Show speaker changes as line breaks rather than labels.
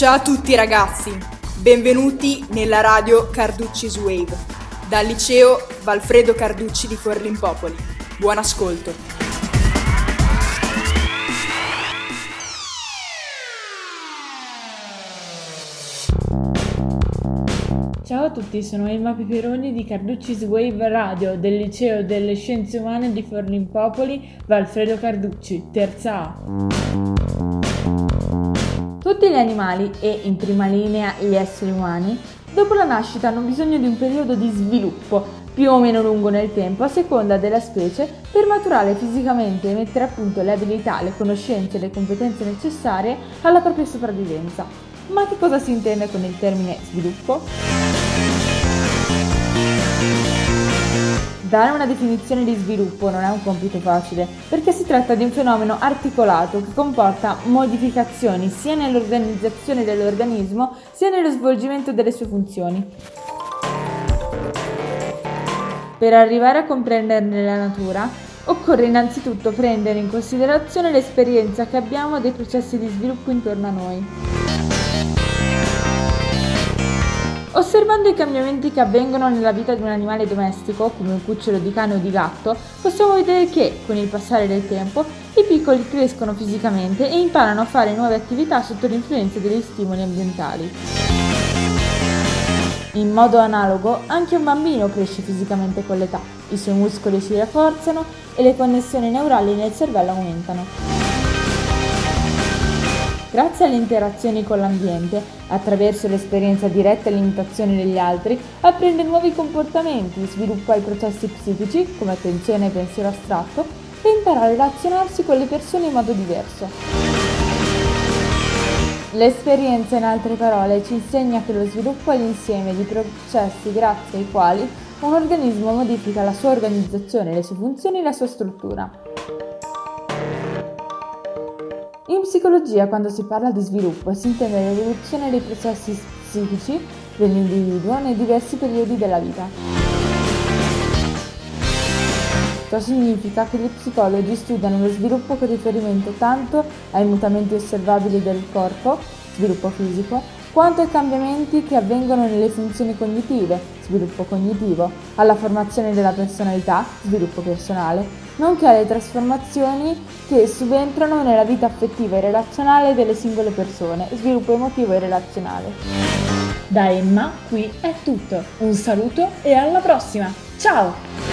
Ciao a tutti ragazzi, benvenuti nella radio Carducci's Wave, dal liceo Valfredo Carducci di Forlimpopoli. Buon ascolto.
Ciao a tutti, sono Emma Peperoni di Carducci's Wave Radio del liceo delle Scienze Umane di Forlimpopoli, Valfredo Carducci, terza A. Tutti gli animali e, in prima linea, gli esseri umani, dopo la nascita hanno bisogno di un periodo di sviluppo, più o meno lungo nel tempo, a seconda della specie, per maturare fisicamente e mettere a punto le abilità, le conoscenze e le competenze necessarie alla propria sopravvivenza. Ma che cosa si intende con il termine sviluppo? Dare una definizione di sviluppo non è un compito facile, perché si tratta di un fenomeno articolato che comporta modificazioni sia nell'organizzazione dell'organismo sia nello svolgimento delle sue funzioni. Per arrivare a comprenderne la natura, occorre innanzitutto prendere in considerazione l'esperienza che abbiamo dei processi di sviluppo intorno a noi. Osservando i cambiamenti che avvengono nella vita di un animale domestico, come un cucciolo di cane o di gatto, possiamo vedere che, con il passare del tempo, i piccoli crescono fisicamente e imparano a fare nuove attività sotto l'influenza degli stimoli ambientali. In modo analogo, anche un bambino cresce fisicamente con l'età, i suoi muscoli si rafforzano e le connessioni neurali nel cervello aumentano. Grazie alle interazioni con l'ambiente, attraverso l'esperienza diretta e l'imitazione degli altri, apprende nuovi comportamenti, sviluppa i processi psichici, come attenzione e pensiero astratto, e impara a relazionarsi con le persone in modo diverso. L'esperienza, in altre parole, ci insegna che lo sviluppo è l'insieme di processi grazie ai quali un organismo modifica la sua organizzazione, le sue funzioni e la sua struttura. In psicologia, quando si parla di sviluppo, si intende l'evoluzione dei processi psichici dell'individuo nei diversi periodi della vita. Ciò significa che gli psicologi studiano lo sviluppo con riferimento tanto ai mutamenti osservabili del corpo, sviluppo fisico, quanto ai cambiamenti che avvengono nelle funzioni cognitive, sviluppo cognitivo, alla formazione della personalità, sviluppo personale, nonché alle trasformazioni che subentrano nella vita affettiva e relazionale delle singole persone, sviluppo emotivo e relazionale.
Da Emma qui è tutto, un saluto e alla prossima, ciao!